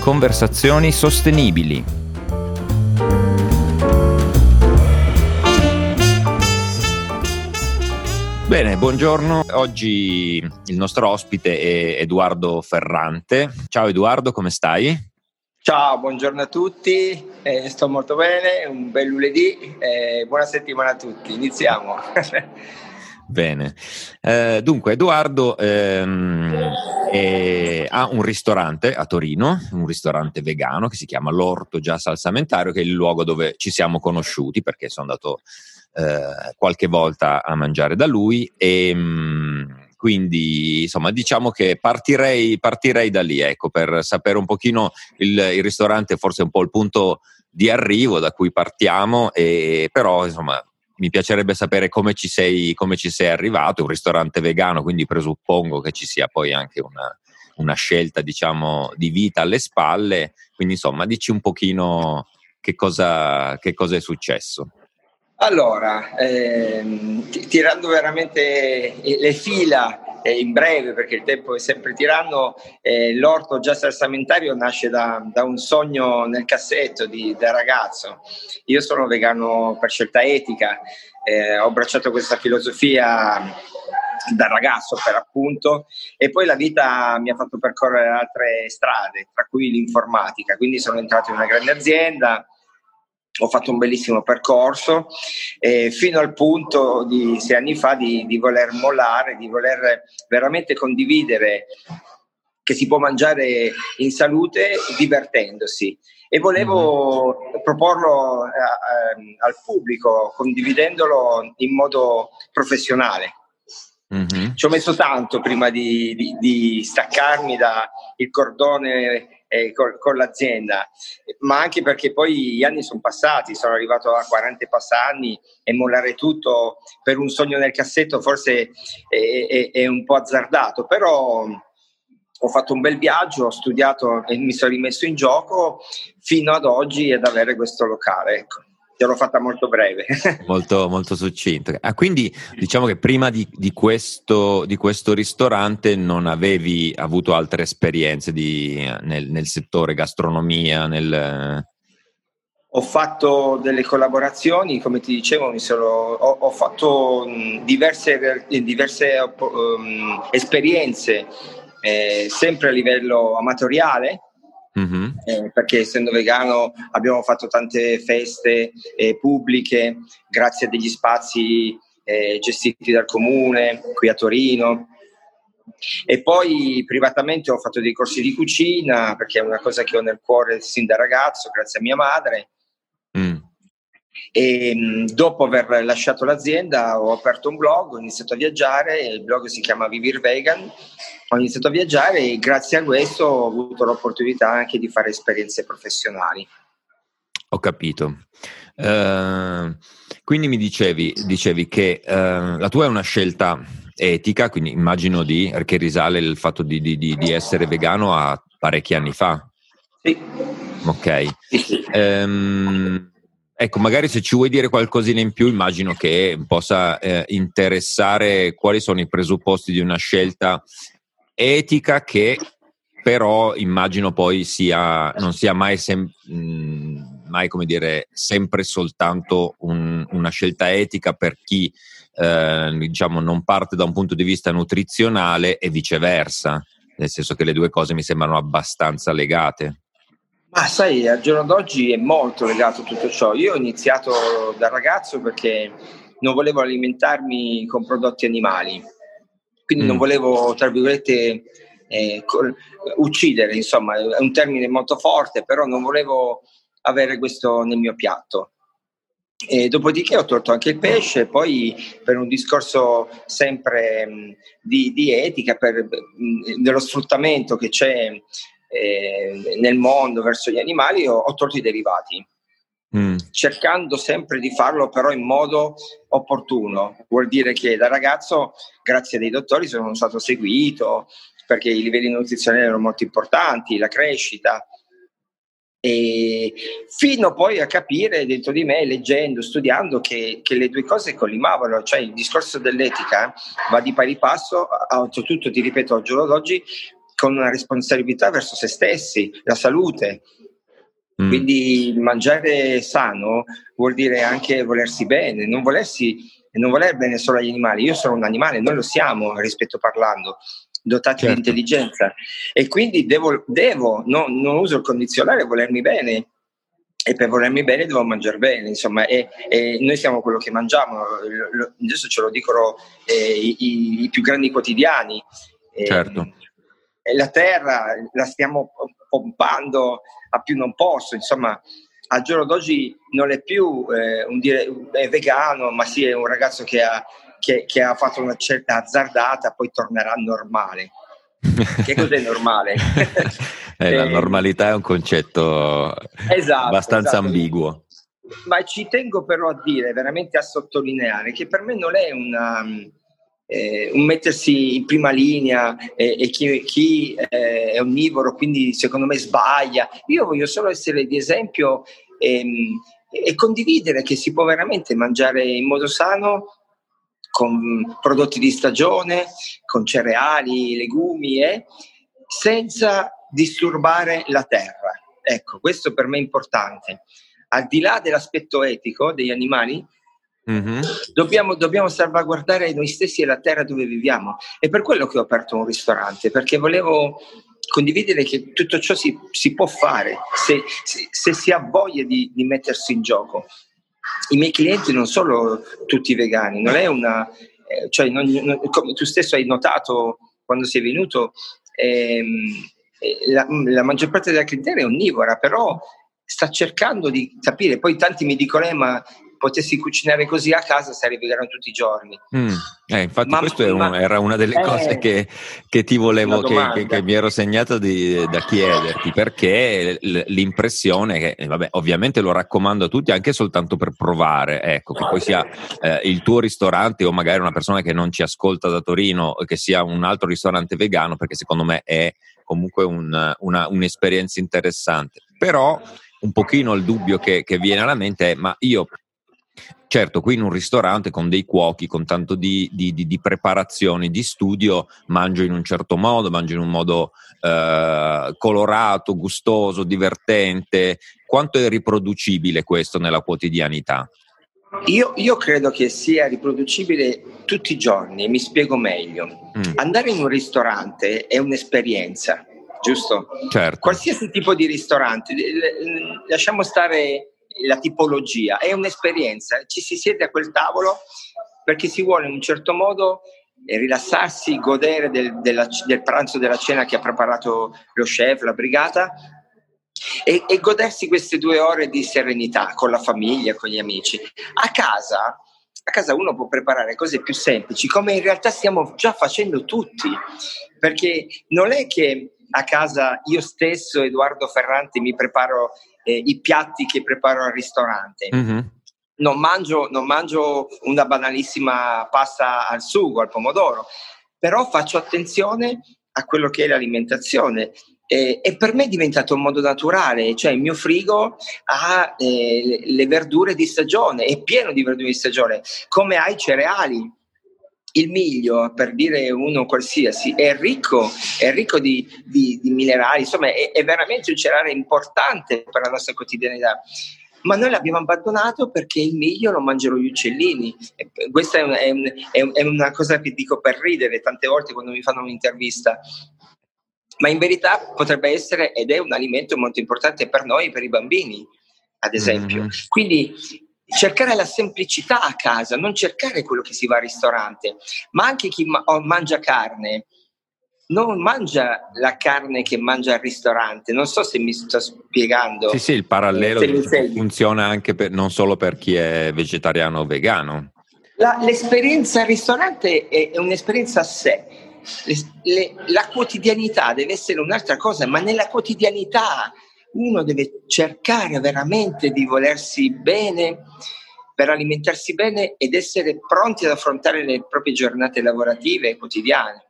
conversazioni sostenibili. Bene, buongiorno. Oggi il nostro ospite è Edoardo Ferrante. Ciao Edoardo, come stai? Ciao, buongiorno a tutti, sto molto bene, un bel lunedì, buona settimana a tutti, iniziamo. Bene, dunque Edoardo ha un ristorante a Torino, un ristorante vegano che si chiama L'Orto Già Salsamentario, che è il luogo dove ci siamo conosciuti perché sono andato qualche volta a mangiare da lui e quindi insomma diciamo che partirei da lì, ecco, per sapere un pochino il ristorante, forse un po' il punto di arrivo da cui partiamo, però insomma mi piacerebbe sapere come ci sei arrivato. È un ristorante vegano, quindi presuppongo che ci sia poi anche una scelta, diciamo, di vita alle spalle, quindi insomma dici un pochino che cosa è successo. Allora, tirando veramente le fila in breve, perché il tempo è sempre tiranno, l'Orto Già Salsamentario nasce da un sogno nel cassetto da ragazzo. Io sono vegano per scelta etica, ho abbracciato questa filosofia da ragazzo per appunto, e poi la vita mi ha fatto percorrere altre strade, tra cui l'informatica, quindi sono entrato in una grande azienda. Ho fatto un bellissimo percorso fino al punto di 6 anni fa di voler mollare, di voler veramente condividere che si può mangiare in salute divertendosi, e volevo proporlo al pubblico condividendolo in modo professionale. Mm-hmm. Ci ho messo tanto prima di staccarmi da il cordone con l'azienda, ma anche perché poi gli anni sono passati, sono arrivato a 40 e passa anni, e mollare tutto per un sogno nel cassetto forse è un po' azzardato, però ho fatto un bel viaggio, ho studiato e mi sono rimesso in gioco fino ad oggi ad avere questo locale, ecco. Te l'ho fatta molto breve. Molto, molto succinto. Quindi diciamo che prima di questo ristorante non avevi avuto altre esperienze nel settore gastronomia? Ho fatto delle collaborazioni, come ti dicevo, ho fatto diverse esperienze, sempre a livello amatoriale. Mm-hmm. Perché essendo vegano abbiamo fatto tante feste pubbliche grazie a degli spazi gestiti dal comune qui a Torino, e poi privatamente ho fatto dei corsi di cucina perché è una cosa che ho nel cuore sin da ragazzo, grazie a mia madre. E dopo aver lasciato l'azienda ho aperto un blog, ho iniziato a viaggiare, il blog si chiama Vivir Vegan. Ho iniziato a viaggiare e grazie a questo ho avuto l'opportunità anche di fare esperienze professionali. Ho capito. Quindi mi dicevi che la tua è una scelta etica, quindi immagino che risale il fatto di essere vegano a parecchi anni fa. Sì. Ok. Sì. Ecco, magari se ci vuoi dire qualcosina in più, immagino che possa interessare quali sono i presupposti di una scelta etica che però immagino poi non sia mai come dire sempre soltanto una scelta etica per chi diciamo non parte da un punto di vista nutrizionale e viceversa, nel senso che le due cose mi sembrano abbastanza legate. Ma sai, al giorno d'oggi è molto legato tutto ciò. Io ho iniziato da ragazzo perché non volevo alimentarmi con prodotti animali, quindi non volevo, tra virgolette, uccidere, insomma, è un termine molto forte, però non volevo avere questo nel mio piatto. E dopodiché ho tolto anche il pesce, poi per un discorso sempre di etica, dello sfruttamento che c'è nel mondo verso gli animali, ho tolto i derivati, cercando sempre di farlo però in modo opportuno. Vuol dire che da ragazzo, grazie a dei dottori, sono stato seguito perché i livelli nutrizionali erano molto importanti, la crescita, e fino poi a capire dentro di me, leggendo, studiando, che le due cose collimavano, cioè il discorso dell'etica va di pari passo, oltretutto ti ripeto al giorno d'oggi, con una responsabilità verso se stessi, la salute. Quindi mangiare sano vuol dire anche volersi bene, non voler bene solo agli animali. Io sono un animale, noi lo siamo, rispetto parlando, dotati di intelligenza, e quindi non uso il condizionale, volermi bene, e per volermi bene devo mangiare bene, insomma, e noi siamo quello che mangiamo. Adesso ce lo dicono i più grandi quotidiani. Certo. E la terra la stiamo pompando a più non posso, insomma. Al giorno d'oggi non è più è vegano, ma sì, è un ragazzo che ha fatto una certa azzardata, poi tornerà normale. Che cos'è normale? La normalità è un concetto abbastanza ambiguo. Ma ci tengo però a dire, veramente a sottolineare, che per me non è un mettersi in prima linea, e chi è onnivoro quindi secondo me sbaglia. Io voglio solo essere di esempio e condividere che si può veramente mangiare in modo sano, con prodotti di stagione, con cereali, legumi, senza disturbare la terra. Ecco, questo per me è importante. Al di là dell'aspetto etico degli animali, dobbiamo salvaguardare noi stessi e la terra dove viviamo. È per quello che ho aperto un ristorante, perché volevo condividere che tutto ciò si può fare se si ha voglia di mettersi in gioco. I miei clienti non sono tutti vegani, non è come tu stesso hai notato quando sei venuto, la maggior parte della clientela è onnivora, però sta cercando di capire. Poi tanti mi dicono ma potessi cucinare così a casa sarei vegano tutti i giorni. Infatti questo era una delle cose che ti volevo, che mi ero segnato da chiederti, perché l'impressione che, vabbè, ovviamente lo raccomando a tutti anche soltanto per provare, ecco, che poi sia il tuo ristorante o magari una persona che non ci ascolta da Torino, che sia un altro ristorante vegano, perché secondo me è comunque un'esperienza interessante. Però un pochino il dubbio che viene alla mente è: ma io, certo, qui in un ristorante con dei cuochi, con tanto di preparazioni, di studio, mangio in un certo modo, mangio in un modo colorato, gustoso, divertente. Quanto è riproducibile questo nella quotidianità? Io credo che sia riproducibile tutti i giorni, e mi spiego meglio. Andare in un ristorante è un'esperienza, giusto? Certo. Qualsiasi tipo di ristorante, lasciamo stare la tipologia, è un'esperienza. Ci si siede a quel tavolo perché si vuole in un certo modo rilassarsi, godere del pranzo, della cena che ha preparato lo chef, la brigata, e godersi queste 2 ore di serenità con la famiglia, con gli amici. A casa uno può preparare cose più semplici, come in realtà stiamo già facendo tutti, perché non è che a casa io stesso, Edoardo Ferranti, mi preparo i piatti che preparo al ristorante. Non mangio una banalissima pasta al sugo, al pomodoro, però faccio attenzione a quello che è l'alimentazione. E per me è diventato un modo naturale, cioè il mio frigo ha le verdure di stagione, è pieno di verdure di stagione, come ha i cereali. Il miglio, per dire uno qualsiasi, è ricco di minerali, insomma è veramente un cereale importante per la nostra quotidianità. Ma noi l'abbiamo abbandonato perché il miglio lo mangiano gli uccellini. Questa è una cosa che dico per ridere tante volte quando mi fanno un'intervista. Ma in verità potrebbe essere ed è un alimento molto importante per noi e per i bambini, ad esempio. Quindi cercare la semplicità a casa, non cercare quello che si va al ristorante. Ma anche chi mangia carne non mangia la carne che mangia al ristorante. Non so se mi sto spiegando. Sì, il parallelo funziona anche non solo per chi è vegetariano o vegano. L'esperienza al ristorante è un'esperienza a sé. La quotidianità deve essere un'altra cosa, ma nella quotidianità uno deve cercare veramente di volersi bene per alimentarsi bene ed essere pronti ad affrontare le proprie giornate lavorative e quotidiane.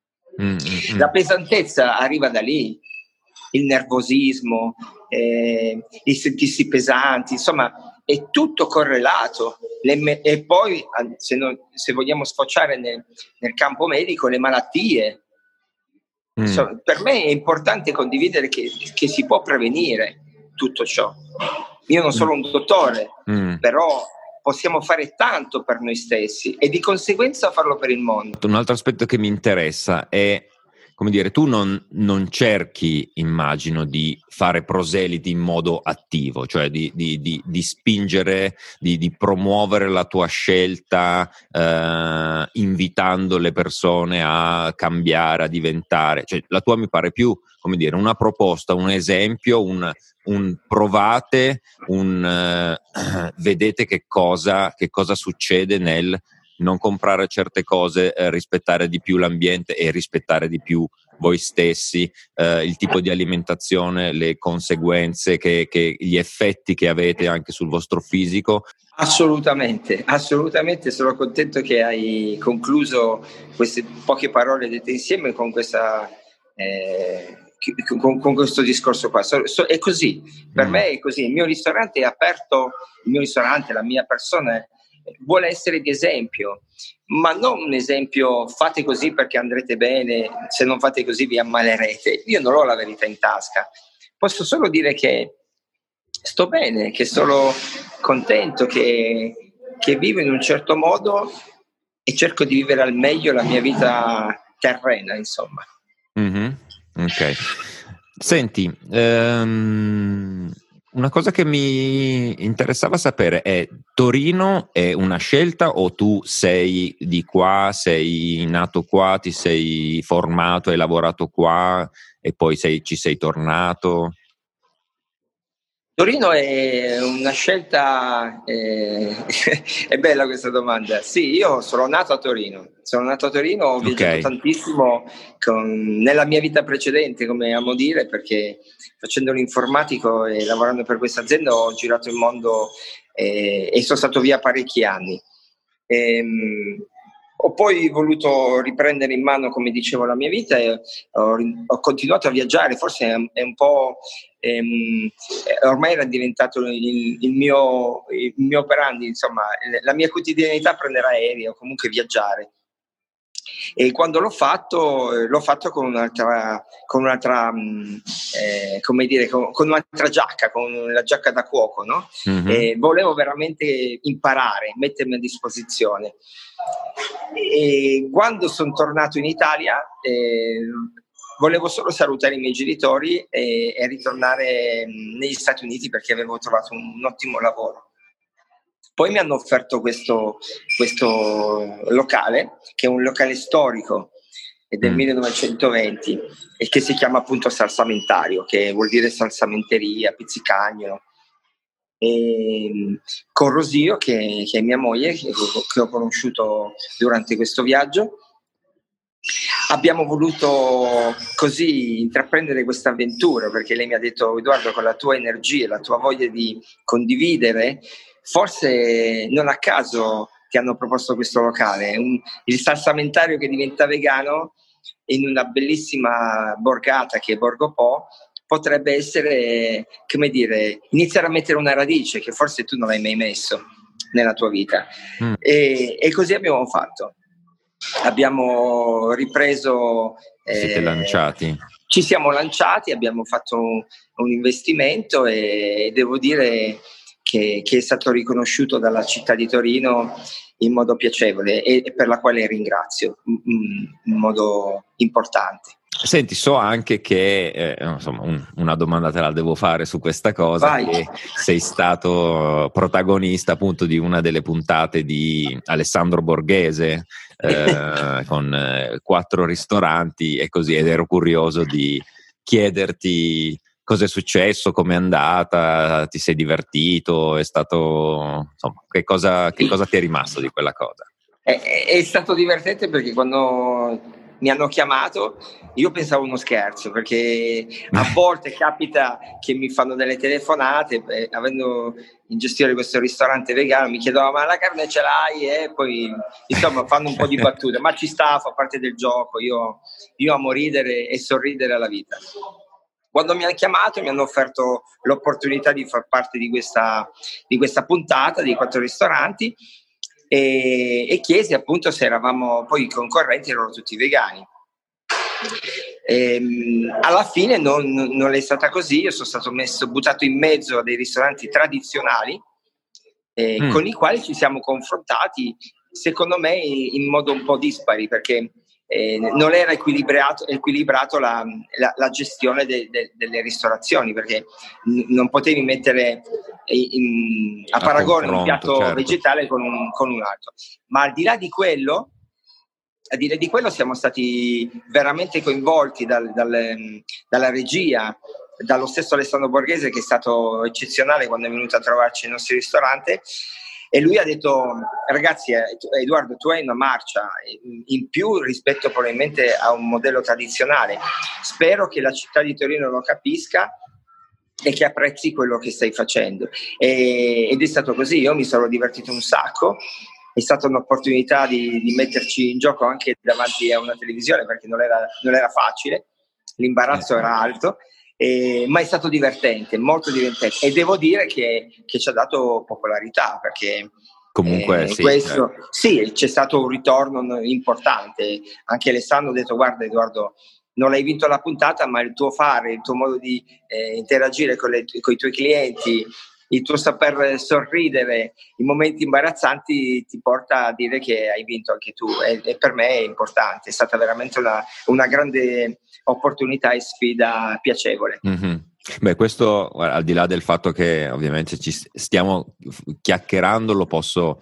La pesantezza arriva da lì, il nervosismo, il sentirsi pesanti, insomma è tutto correlato. E poi se vogliamo sfociare nel campo medico, le malattie. Per me è importante condividere che si può prevenire tutto ciò. Io non sono un dottore, però possiamo fare tanto per noi stessi e di conseguenza farlo per il mondo. Un altro aspetto che mi interessa è, come dire, tu non cerchi, immagino, di fare proseliti in modo attivo, cioè di spingere, di promuovere la tua scelta, invitando le persone a cambiare, a diventare. Cioè, la tua mi pare più, come dire, una proposta, un esempio, un provate, vedete che cosa succede nel non comprare certe cose, rispettare di più l'ambiente e rispettare di più voi stessi, il tipo di alimentazione, le conseguenze, gli effetti che avete anche sul vostro fisico. Assolutamente, sono contento che hai concluso queste poche parole dette insieme con questa con questo discorso qua. È così, per me è così. Il mio ristorante è aperto, la mia persona vuole essere di esempio, ma non un esempio fate così perché andrete bene, se non fate così vi ammalerete. Io non ho la verità in tasca, posso solo dire che sto bene, che sono contento, che vivo in un certo modo e cerco di vivere al meglio la mia vita terrena, insomma. Ok. Senti, una cosa che mi interessava sapere è: Torino è una scelta o tu sei di qua, sei nato qua, ti sei formato, hai lavorato qua e poi ci sei tornato? Torino è una scelta, è bella questa domanda. Sì, io sono nato a Torino, ho viaggiato tantissimo nella mia vita precedente, come amo dire, perché facendo l'informatico e lavorando per questa azienda ho girato il mondo e sono stato via parecchi anni. Ho poi voluto riprendere in mano, come dicevo, la mia vita e ho continuato a viaggiare. Forse è un po'... ormai era diventato il mio operandi, insomma, la mia quotidianità: prendere aerei o comunque viaggiare. E quando l'ho fatto con un'altra come dire, con un'altra giacca, con la giacca da cuoco, no? E volevo veramente imparare, mettermi a disposizione. E quando sono tornato in Italia volevo solo salutare i miei genitori e ritornare negli Stati Uniti, perché avevo trovato un ottimo lavoro. Poi mi hanno offerto questo locale, che è un locale storico, è del 1920 e che si chiama appunto Salsamentario, che vuol dire salsamenteria, pizzicagnolo. E con Rosio, che è mia moglie, che ho conosciuto durante questo viaggio, abbiamo voluto così intraprendere questa avventura, perché lei mi ha detto: Edoardo, con la tua energia, la tua voglia di condividere, forse non a caso ti hanno proposto questo locale, il salsamentario che diventa vegano in una bellissima borgata che è Borgo Po. Potrebbe essere, come dire, iniziare a mettere una radice che forse tu non hai mai messo nella tua vita. E così abbiamo fatto. Abbiamo ripreso. Siete lanciati? Ci siamo lanciati, abbiamo fatto un investimento e devo dire che è stato riconosciuto dalla città di Torino in modo piacevole e per la quale ringrazio in modo importante. Senti, so anche che, insomma, una domanda te la devo fare su questa cosa. Vai. Che sei stato protagonista appunto di una delle puntate di Alessandro Borghese con 4 ristoranti e così, ed ero curioso di chiederti cosa è successo, com'è andata, ti sei divertito, è stato, insomma, che cosa ti è rimasto di quella cosa? È stato divertente perché quando mi hanno chiamato io pensavo uno scherzo, perché a volte capita che mi fanno delle telefonate, avendo in gestione questo ristorante vegano, mi chiedono: ma la carne ce l'hai? E poi insomma fanno un po' di battute, ma ci sta, fa parte del gioco. Io amo ridere e sorridere alla vita. Quando mi hanno chiamato mi hanno offerto l'opportunità di far parte di questa puntata di 4 ristoranti e chiesi appunto se eravamo, poi i concorrenti erano tutti vegani. Alla fine non è stata così, io sono stato buttato in mezzo a dei ristoranti tradizionali con i quali ci siamo confrontati, secondo me in modo un po' dispari, perché non era equilibrato la gestione delle ristorazioni, perché non potevi mettere a paragone un piatto certo. vegetale con un altro. Ma al di là di quello siamo stati veramente coinvolti dalla regia, dallo stesso Alessandro Borghese, che è stato eccezionale quando è venuto a trovarci nel nostro ristorante, e lui ha detto: ragazzi, Edoardo, tu hai una marcia in più rispetto probabilmente a un modello tradizionale, spero che la città di Torino lo capisca e che apprezzi quello che stai facendo. Ed è stato così, io mi sono divertito un sacco, è stata un'opportunità di metterci in gioco anche davanti a una televisione, perché non era facile, l'imbarazzo era alto, ma è stato divertente, molto divertente, e devo dire che ci ha dato popolarità, perché comunque questo, sì, c'è stato un ritorno importante. Anche Alessandro ha detto: guarda Edoardo, non hai vinto la puntata, ma il tuo fare, il tuo modo di interagire con i tuoi clienti, il tuo saper sorridere in momenti imbarazzanti ti porta a dire che hai vinto anche tu, e per me è importante, è stata veramente una grande opportunità e sfida piacevole. Mm-hmm. Beh, questo, al di là del fatto che ovviamente ci stiamo chiacchierando, lo posso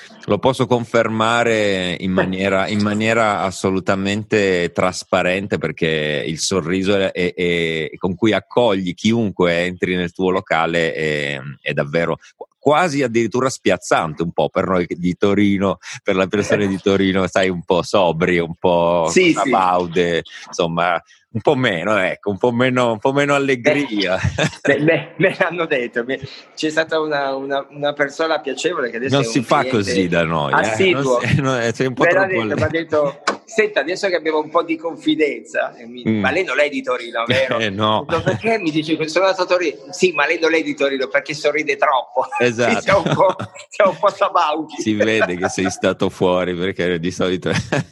confermare in maniera assolutamente trasparente, perché il sorriso con cui accogli chiunque entri nel tuo locale è davvero quasi addirittura spiazzante un po' per noi di Torino, per le persone di Torino, sai, un po' sobri, un po' baude, insomma, un po' meno, ecco, un po' meno allegria. Me l'hanno detto, c'è stata una persona piacevole che adesso non è un si fa così da noi, assiduo. sei un po' troppo. Mi ha detto: senta, adesso che abbiamo un po' di confidenza, ma lei non è di Torino, vero? No. Perché mi dice che sono andato a Torino? Sì, ma lei non è di Torino perché sorride troppo. Esatto. Siamo un po' sabauti. Si vede che sei stato fuori, perché di solito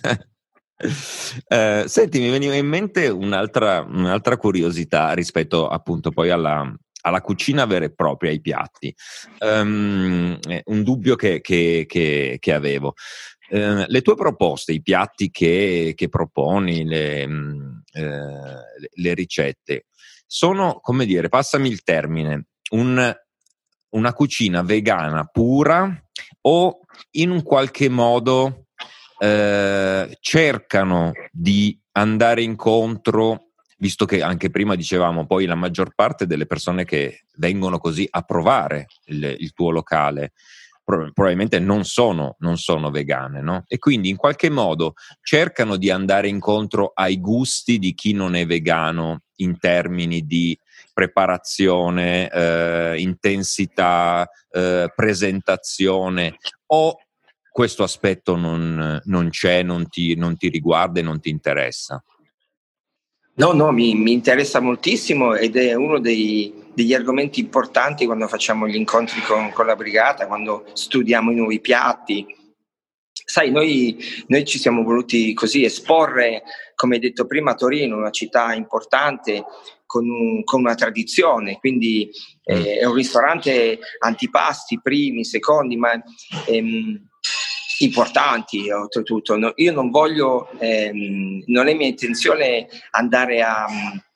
senti, mi veniva in mente un'altra curiosità rispetto appunto poi alla cucina vera e propria, ai piatti. Un dubbio che avevo. Le tue proposte, i piatti che proponi, le ricette, sono, come dire, passami il termine, una cucina vegana pura, o in un qualche modo cercano di andare incontro, visto che anche prima dicevamo, poi la maggior parte delle persone che vengono così a provare il tuo locale probabilmente non sono vegane, no? E quindi in qualche modo cercano di andare incontro ai gusti di chi non è vegano in termini di preparazione, intensità, presentazione, o questo aspetto non c'è, non ti riguarda e non ti interessa? No, mi interessa moltissimo, ed è uno degli argomenti importanti quando facciamo gli incontri con la brigata, quando studiamo i nuovi piatti. Sai, noi ci siamo voluti così esporre, come hai detto prima, Torino, una città importante con una tradizione, quindi è un ristorante antipasti, primi, secondi, ma importanti oltretutto. No, io non voglio, non è mia intenzione andare a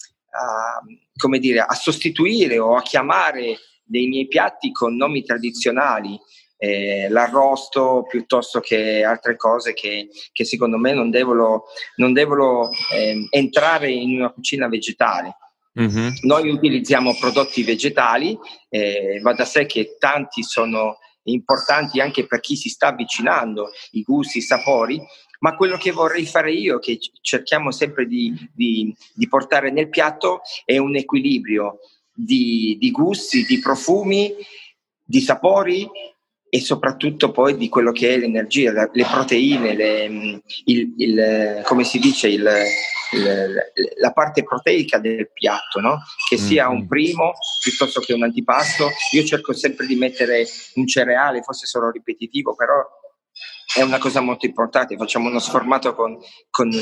sostituire o a chiamare dei miei piatti con nomi tradizionali, l'arrosto piuttosto che altre cose che secondo me non devono entrare in una cucina vegetale. Mm-hmm. Noi utilizziamo prodotti vegetali, va da sé che tanti sono importanti anche per chi si sta avvicinando, i gusti, i sapori, ma quello che vorrei fare io, che cerchiamo sempre di portare nel piatto, è un equilibrio di gusti, di profumi, di sapori, e soprattutto poi di quello che è l'energia, le proteine, come si dice, la parte proteica del piatto, no? Che sia un primo piuttosto che un antipasto. Io cerco sempre di mettere un cereale, forse sono ripetitivo, però è una cosa molto importante. Facciamo uno sformato con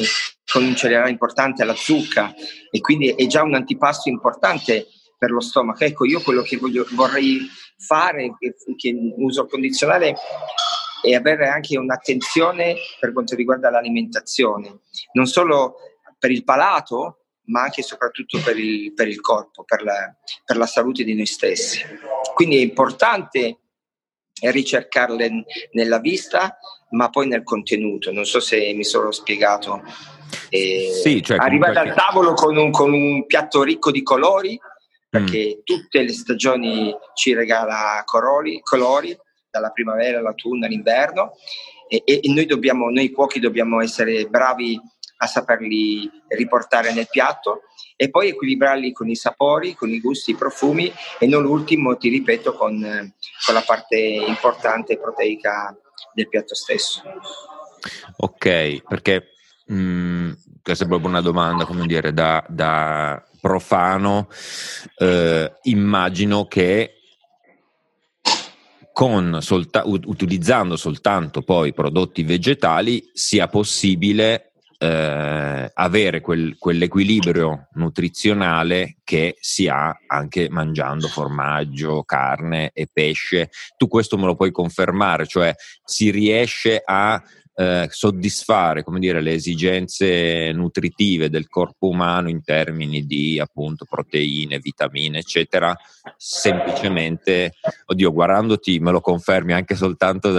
con un cereale importante, la zucca, e quindi è già un antipasto importante per lo stomaco. Ecco, io quello che vorrei fare, che uso il condizionale, è avere anche un'attenzione per quanto riguarda l'alimentazione, non solo per il palato, ma anche e soprattutto per il corpo, per la salute di noi stessi. Quindi è importante ricercarle nella vista, ma poi nel contenuto. Non so se mi sono spiegato. Sì, cioè, arrivare al tavolo con un piatto ricco di colori, perché tutte le stagioni ci regala colori, dalla primavera all'autunno all'inverno, e noi cuochi dobbiamo essere bravi a saperli riportare nel piatto e poi equilibrarli con i sapori, con i gusti, i profumi, e non ultimo, ti ripeto, con la parte importante proteica del piatto stesso. Ok, perché questa è proprio una domanda, come dire, da profano. Immagino che utilizzando soltanto poi prodotti vegetali sia possibile avere quell'equilibrio nutrizionale che si ha anche mangiando formaggio, carne e pesce. Tu questo me lo puoi confermare? Cioè si riesce a soddisfare, come dire, le esigenze nutritive del corpo umano in termini di appunto proteine, vitamine, eccetera, semplicemente, oddio, guardandoti me lo confermi anche soltanto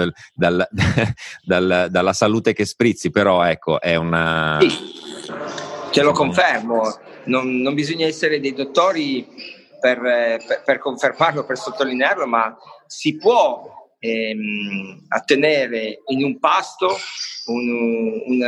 dalla salute che sprizzi, però ecco, è una... Sì, te lo confermo, non bisogna essere dei dottori per confermarlo, per sottolinearlo, ma si può ottenere in un pasto un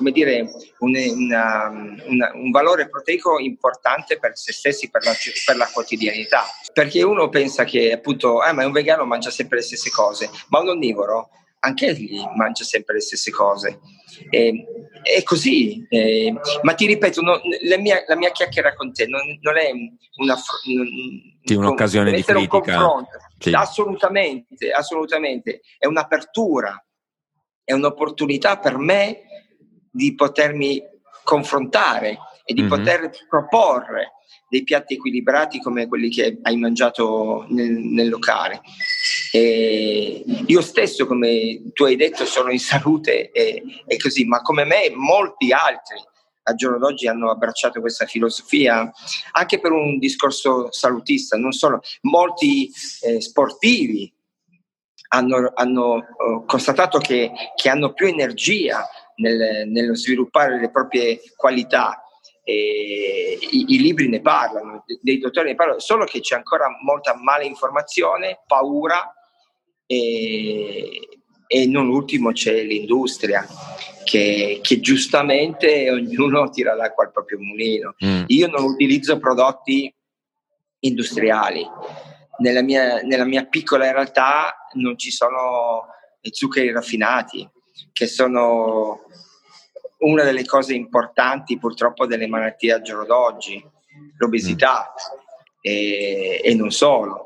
valore proteico importante per se stessi, per la quotidianità, perché uno pensa che appunto ma un vegano mangia sempre le stesse cose, ma un onnivoro anche egli mangia sempre le stesse cose, è così, ma ti ripeto, la mia chiacchiera con te non è un'occasione di critica, un confronto. sì. Assolutamente, è un'apertura, è un'opportunità per me di potermi confrontare e di poter proporre dei piatti equilibrati come quelli che hai mangiato nel locale. E io stesso, come tu hai detto, sono in salute e così, ma come me molti altri al giorno d'oggi hanno abbracciato questa filosofia anche per un discorso salutista, non solo. Molti sportivi hanno constatato che hanno più energia nello sviluppare le proprie qualità. I libri ne parlano, dei dottori ne parlano, solo che c'è ancora molta malinformazione, paura, e non ultimo c'è l'industria che giustamente ognuno tira l'acqua al proprio mulino. Io non utilizzo prodotti industriali, nella mia piccola realtà non ci sono zuccheri raffinati, che sono una delle cose importanti purtroppo delle malattie al giorno d'oggi, l'obesità e non solo.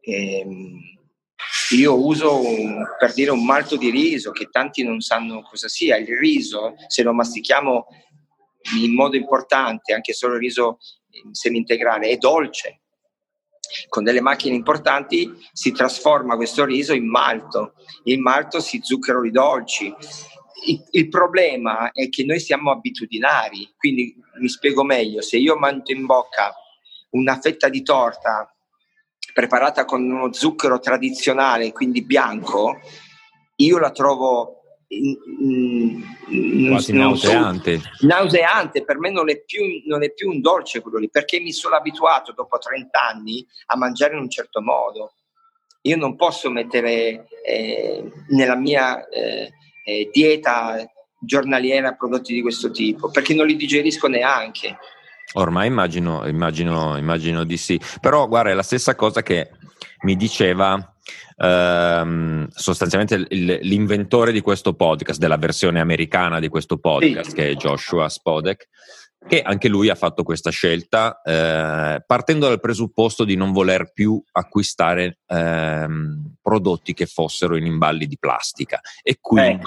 Io uso per dire un malto di riso, che tanti non sanno cosa sia. Il riso, se lo mastichiamo in modo importante, anche solo il riso semi-integrale, è dolce. Con delle macchine importanti si trasforma questo riso in malto. Il malto si zuccherano i dolci. Il problema è che noi siamo abitudinari, quindi mi spiego meglio: se io mangio in bocca una fetta di torta preparata con uno zucchero tradizionale, quindi bianco, io la trovo quasi nauseante. Per me non è più un dolce quello lì, perché mi sono abituato dopo 30 anni a mangiare in un certo modo. Io non posso mettere nella mia dieta giornaliera prodotti di questo tipo, perché non li digerisco neanche. Ormai immagino di sì. Però guarda, è la stessa cosa che mi diceva sostanzialmente l'inventore di questo podcast, della versione americana di questo podcast, sì, che è Joshua Spodek, che anche lui ha fatto questa scelta partendo dal presupposto di non voler più acquistare prodotti che fossero in imballi di plastica e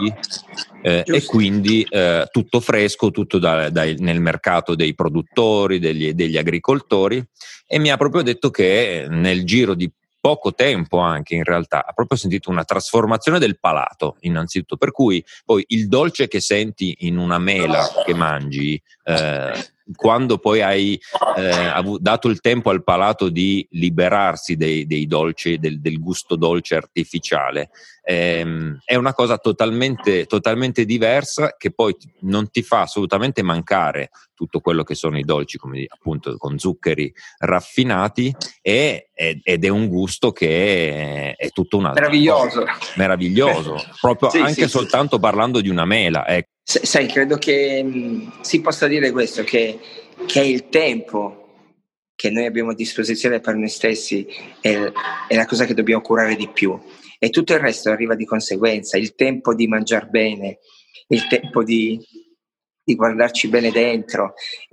quindi tutto fresco, tutto nel mercato dei produttori, degli agricoltori, e mi ha proprio detto che nel giro di poco tempo anche in realtà ha proprio sentito una trasformazione del palato innanzitutto, per cui poi il dolce che senti in una mela che mangi quando poi hai dato il tempo al palato di liberarsi dei dolci, del gusto dolce artificiale, è una cosa totalmente diversa, che poi non ti fa assolutamente mancare tutto quello che sono i dolci, come appunto con zuccheri raffinati, ed è un gusto che è tutto un altro meraviglioso proprio sì, anche soltanto parlando di una mela. Sai, credo che si possa dire questo, che è il tempo che noi abbiamo a disposizione per noi stessi è la cosa che dobbiamo curare di più, e tutto il resto arriva di conseguenza. Il tempo di mangiare bene, il tempo di guardarci bene dentro.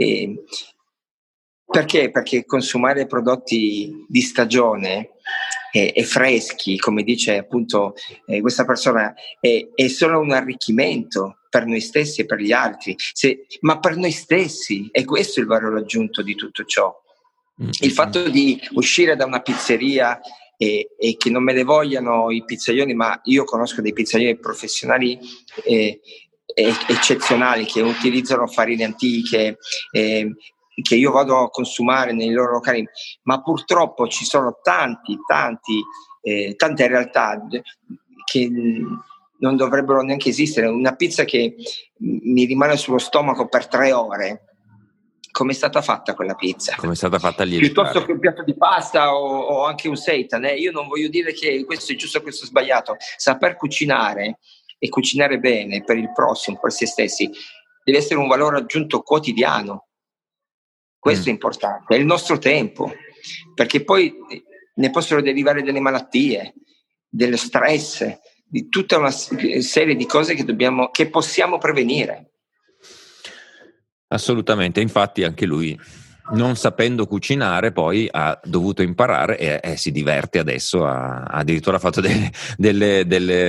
Perché? Perché consumare prodotti di stagione e freschi, come dice appunto questa persona, è solo un arricchimento per noi stessi e per gli altri, ma per noi stessi, e questo è il valore aggiunto di tutto ciò. Il fatto di uscire da una pizzeria e che non me ne vogliano i pizzaioli, ma io conosco dei pizzaioli professionali eccezionali che utilizzano farine antiche, che io vado a consumare nei loro locali, ma purtroppo ci sono tante realtà che non dovrebbero neanche esistere. Una pizza che mi rimane sullo stomaco per 3 ore, come è stata fatta quella pizza? Come è stata fatta lievitare? Piuttosto che un piatto di pasta o anche un seitan. Io non voglio dire che questo è giusto o questo è sbagliato. Saper cucinare e cucinare bene per il prossimo, per se stessi, deve essere un valore aggiunto quotidiano. Questo è importante, è il nostro tempo, perché poi ne possono derivare delle malattie, dello stress, di tutta una serie di cose che possiamo prevenire. Assolutamente, infatti anche lui, non sapendo cucinare, poi ha dovuto imparare e si diverte adesso, addirittura ha fatto dei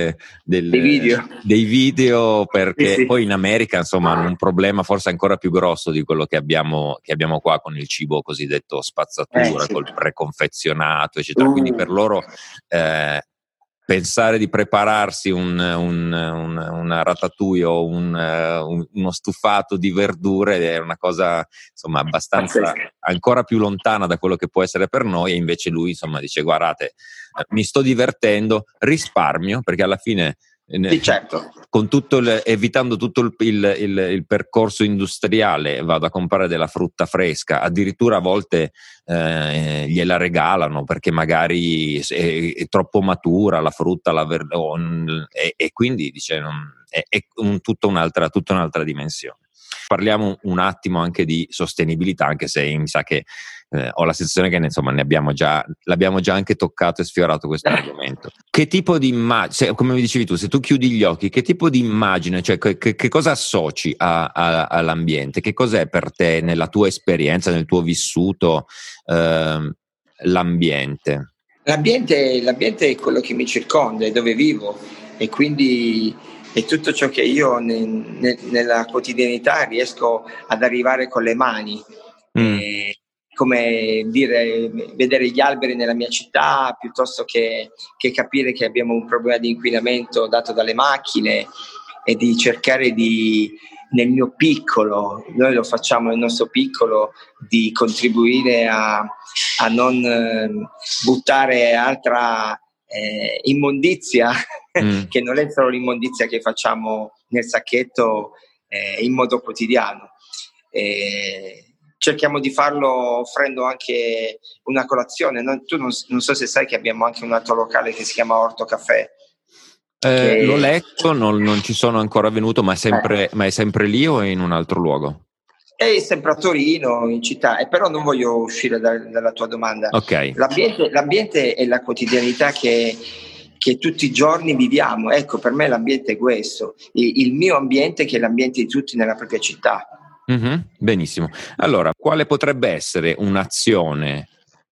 video perché sì. Poi in America insomma hanno un problema forse ancora più grosso di quello che abbiamo qua con il cibo cosiddetto spazzatura, col preconfezionato eccetera, quindi per loro pensare di prepararsi una ratatouille o uno stufato di verdure è una cosa insomma abbastanza ancora più lontana da quello che può essere per noi, e invece lui insomma dice: guardate, mi sto divertendo, risparmio, perché alla fine sì, certo, con evitando tutto il percorso industriale vado a comprare della frutta fresca, addirittura a volte gliela regalano perché magari è troppo matura la frutta, e quindi dice è tutta un'altra dimensione. Parliamo un attimo anche di sostenibilità, anche se mi sa che ho la sensazione che insomma l'abbiamo già anche toccato e sfiorato questo argomento. Che tipo di immagine, come mi dicevi tu, se tu chiudi gli occhi, che tipo di immagine, cioè che cosa associ all'ambiente? Che cos'è per te, nella tua esperienza, nel tuo vissuto, l'ambiente? L'ambiente è quello che mi circonda, è dove vivo, e quindi è tutto ciò che io nella quotidianità riesco ad arrivare con le mani. Come dire, vedere gli alberi nella mia città, piuttosto che capire che abbiamo un problema di inquinamento dato dalle macchine, e di cercare nel mio piccolo, noi lo facciamo nel nostro piccolo, di contribuire a non buttare altra immondizia che non è solo l'immondizia che facciamo nel sacchetto in modo quotidiano. Cerchiamo di farlo offrendo anche una colazione. Tu non so se sai che abbiamo anche un altro locale che si chiama Orto Caffè. L'ho letto, non ci sono ancora venuto, ma è sempre lì o è in un altro luogo? È sempre a Torino, in città, però non voglio uscire dalla tua domanda. Okay. L'ambiente è la quotidianità che tutti i giorni viviamo. Ecco, per me l'ambiente è questo, il mio ambiente, che è l'ambiente di tutti nella propria città. Benissimo. Allora, quale potrebbe essere un'azione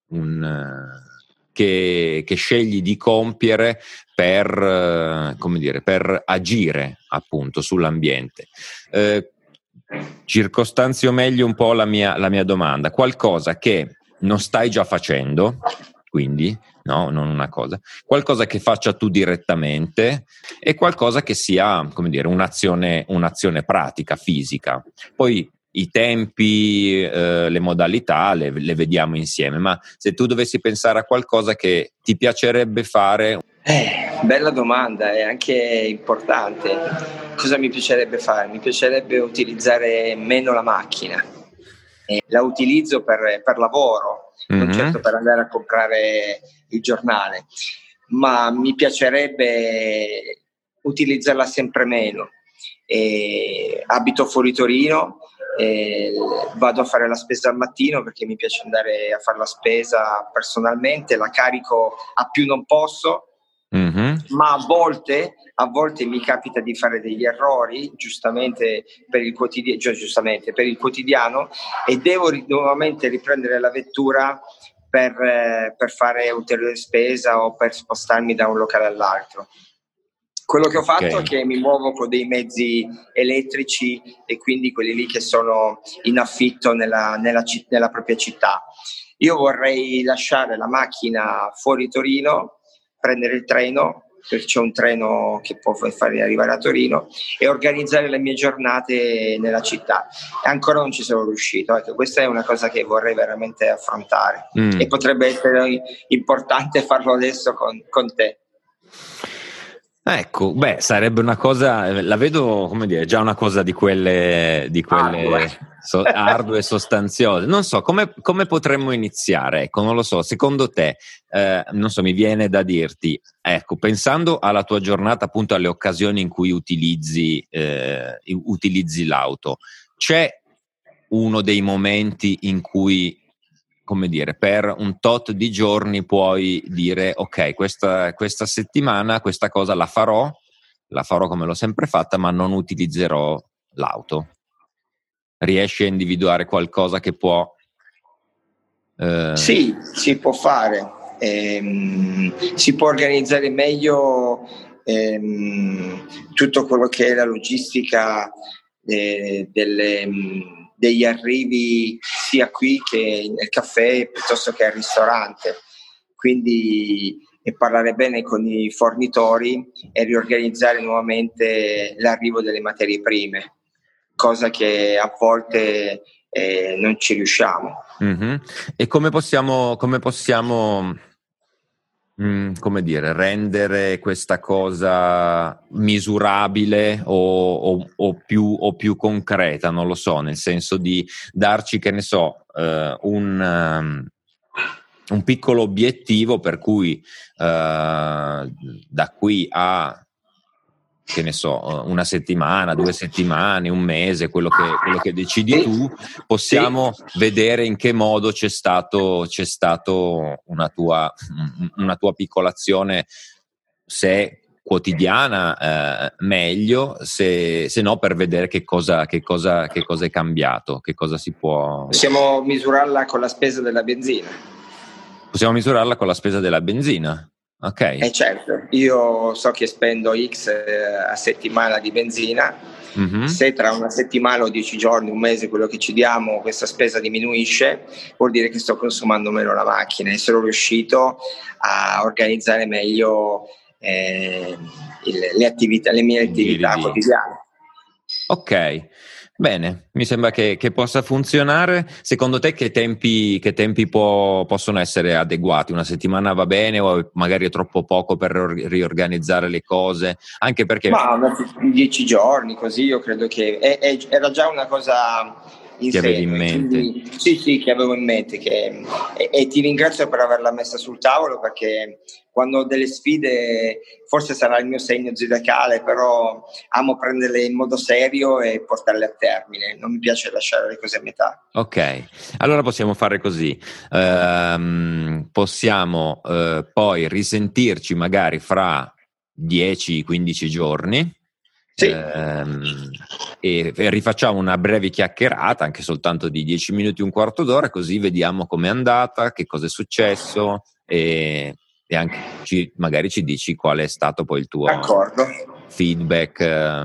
che scegli di compiere per, come dire, per agire appunto sull'ambiente? Circostanzio meglio un po' la mia domanda. Qualcosa che non stai già facendo, quindi, no, non una cosa, qualcosa che faccia tu direttamente e qualcosa che sia, come dire, un'azione pratica, fisica. Poi i tempi, le modalità le vediamo insieme, ma se tu dovessi pensare a qualcosa che ti piacerebbe fare. Bella domanda e anche importante. Cosa mi piacerebbe fare? Mi piacerebbe utilizzare meno la macchina. La utilizzo per lavoro, non certo per andare a comprare il giornale, ma mi piacerebbe utilizzarla sempre meno. Abito fuori Torino, vado a fare la spesa al mattino perché mi piace andare a fare la spesa personalmente, la carico a più non posso. Ma a volte mi capita di fare degli errori giustamente per il quotidiano e devo nuovamente riprendere la vettura per fare ulteriore spesa o per spostarmi da un locale all'altro. Quello che ho fatto è che mi muovo con dei mezzi elettrici e quindi quelli lì che sono in affitto nella propria città. Io vorrei lasciare la macchina fuori Torino, prendere il treno, perché c'è un treno che può farmi arrivare a Torino, e organizzare le mie giornate nella città. E ancora non ci sono riuscito. Ecco, questa è una cosa che vorrei veramente affrontare e potrebbe essere importante farlo adesso con te. Ecco, sarebbe una cosa, la vedo, come dire, già una cosa di quelle ardue e sostanziose. Non so, come potremmo iniziare? Ecco, non lo so, secondo te, non so, mi viene da dirti, ecco, pensando alla tua giornata, appunto alle occasioni in cui utilizzi l'auto, c'è uno dei momenti in cui, come dire, per un tot di giorni puoi dire ok, questa settimana questa cosa la farò come l'ho sempre fatta, ma non utilizzerò l'auto. Riesci a individuare qualcosa che può? Sì, si può fare. Si può organizzare meglio tutto quello che è la logistica degli arrivi sia qui che nel caffè piuttosto che al ristorante, quindi parlare bene con i fornitori e riorganizzare nuovamente l'arrivo delle materie prime, cosa che a volte non ci riusciamo. E come possiamo come dire, rendere questa cosa misurabile o più concreta, non lo so, nel senso di darci, che ne so, un piccolo obiettivo per cui da qui a, che ne so, una settimana, 2 settimane, un mese, quello che decidi tu, possiamo vedere in che modo c'è stato una tua piccola azione, se quotidiana meglio, se no per vedere che cosa è cambiato, che cosa si può. Possiamo misurarla con la spesa della benzina. Ok. Certo, io so che spendo X a settimana di benzina, se tra una settimana o 10 giorni, un mese, quello che ci diamo, questa spesa diminuisce, vuol dire che sto consumando meno la macchina e sono riuscito a organizzare meglio le mie attività quotidiane. Ok. Bene, mi sembra che possa funzionare. Secondo te che tempi possono essere adeguati? Una settimana va bene o magari è troppo poco per riorganizzare le cose? Anche perché 10 giorni così, io credo che era già una cosa che avevi in mente. Quindi, sì, che avevo in mente e ti ringrazio per averla messa sul tavolo, perché quando ho delle sfide, forse sarà il mio segno zodiacale, però amo prenderle in modo serio e portarle a termine, non mi piace lasciare le cose a metà. Ok, allora possiamo fare così, possiamo poi risentirci magari fra 10-15 giorni. Sì. e rifacciamo una breve chiacchierata, anche soltanto di 10 minuti, un quarto d'ora, così vediamo com'è andata, che cosa è successo e anche magari ci dici qual è stato poi il tuo feedback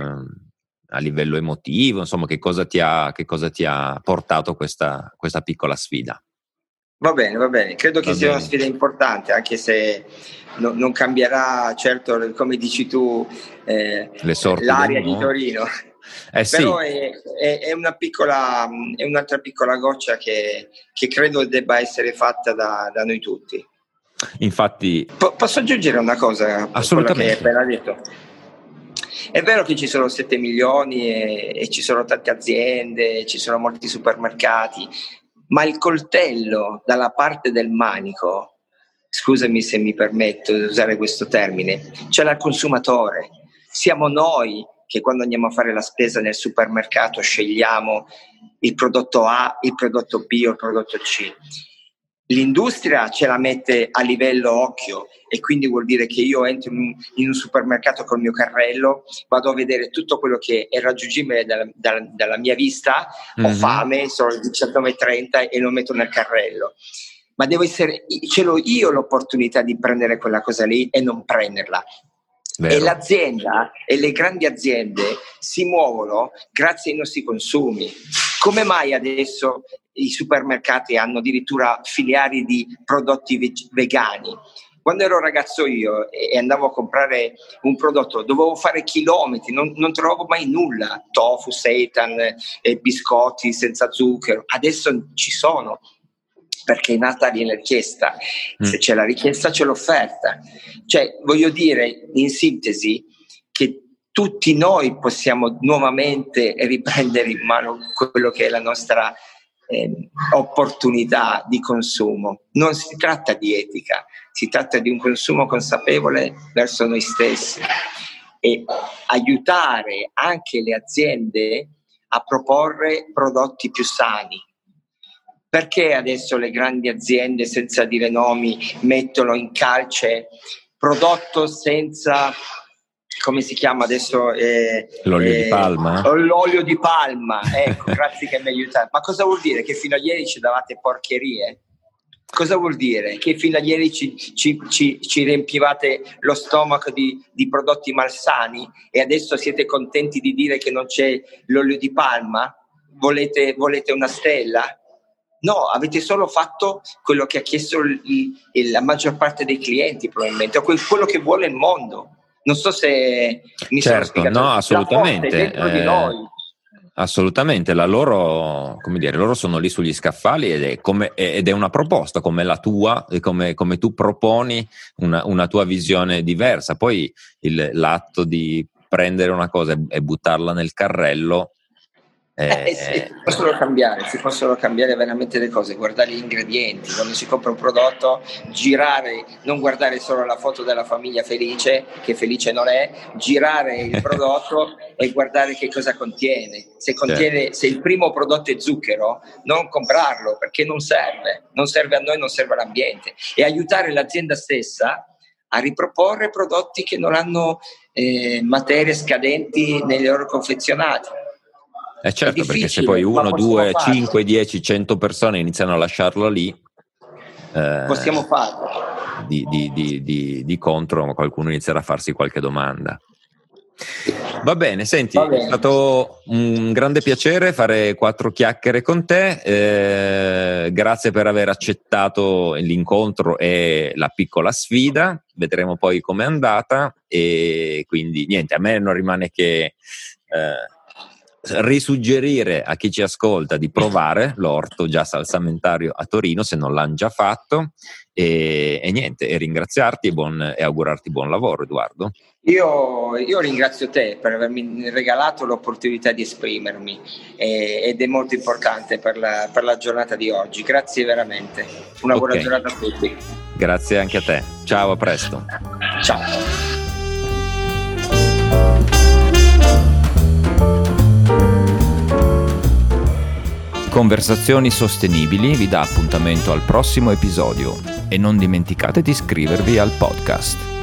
a livello emotivo, insomma, che cosa ti ha portato questa piccola sfida. Va bene, credo che sia una sfida importante, anche se non cambierà certo, come dici tu, le sorti l'area di Torino. Però sì. è un'altra piccola goccia che credo debba essere fatta da noi tutti. Infatti, posso aggiungere una cosa? Assolutamente. Quello che hai appena detto. È vero che ci sono 7 milioni e ci sono tante aziende, ci sono molti supermercati, ma il coltello dalla parte del manico, scusami se mi permetto di usare questo termine, c'è il consumatore. Siamo noi che quando andiamo a fare la spesa nel supermercato scegliamo il prodotto A, il prodotto B o il prodotto C. L'industria ce la mette a livello occhio e quindi vuol dire che io entro in un supermercato col mio carrello, vado a vedere tutto quello che è raggiungibile dalla mia vista, ho fame, sono le 19:30 e lo metto nel carrello. Ma ce l'ho io l'opportunità di prendere quella cosa lì e non prenderla. Vero. E l'azienda e le grandi aziende si muovono grazie ai nostri consumi. Come mai adesso i supermercati hanno addirittura filiali di prodotti vegani? Quando ero ragazzo io e andavo a comprare un prodotto, dovevo fare chilometri, non trovavo mai nulla, tofu, seitan, biscotti senza zucchero. Adesso ci sono, perché è nata la richiesta. Se c'è la richiesta c'è l'offerta. Cioè, voglio dire, in sintesi, che tutti noi possiamo nuovamente riprendere in mano quello che è la nostra opportunità di consumo. Non si tratta di etica, si tratta di un consumo consapevole verso noi stessi e aiutare anche le aziende a proporre prodotti più sani. Perché adesso le grandi aziende, senza dire nomi, mettono in calce prodotto senza, come si chiama adesso? L'olio di palma? L'olio di palma, ecco, grazie che mi aiutate. Ma cosa vuol dire? Che fino a ieri ci davate porcherie? Cosa vuol dire? Che fino a ieri ci riempivate lo stomaco di prodotti malsani e adesso siete contenti di dire che non c'è l'olio di palma? Volete una stella? No, avete solo fatto quello che ha chiesto la maggior parte dei clienti, probabilmente, o quello che vuole il mondo. Non so se mi sono spiegato. No, assolutamente. Dentro di noi. Assolutamente, loro sono lì sugli scaffali ed è una proposta come la tua, come tu proponi una tua visione diversa. Poi l'atto di prendere una cosa e buttarla nel carrello. Si possono cambiare veramente le cose, guardare gli ingredienti, quando si compra un prodotto, girare, non guardare solo la foto della famiglia felice, che felice non è, girare il prodotto e guardare che cosa contiene. Se il primo prodotto è zucchero, non comprarlo, perché non serve a noi, non serve all'ambiente, e aiutare l'azienda stessa a riproporre prodotti che non hanno materie scadenti nei loro confezionati. Certo, perché se poi 1, 2, 5, 10, 100 persone iniziano a lasciarlo lì, possiamo farlo. Di contro qualcuno inizierà a farsi qualche domanda. Va bene, senti, è stato un grande piacere fare 4 chiacchiere con te, grazie per aver accettato l'incontro e la piccola sfida, vedremo poi com'è andata e quindi niente, a me non rimane che risuggerire a chi ci ascolta di provare l'orto già salsamentario a Torino se non l'hanno già fatto e niente, e ringraziarti e augurarti buon lavoro, Edoardo. Io ringrazio te per avermi regalato l'opportunità di esprimermi ed è molto importante per la giornata di oggi. Grazie veramente, una buona giornata a tutti. Grazie anche a te, ciao, a presto. Ciao. Conversazioni Sostenibili vi dà appuntamento al prossimo episodio e non dimenticate di iscrivervi al podcast.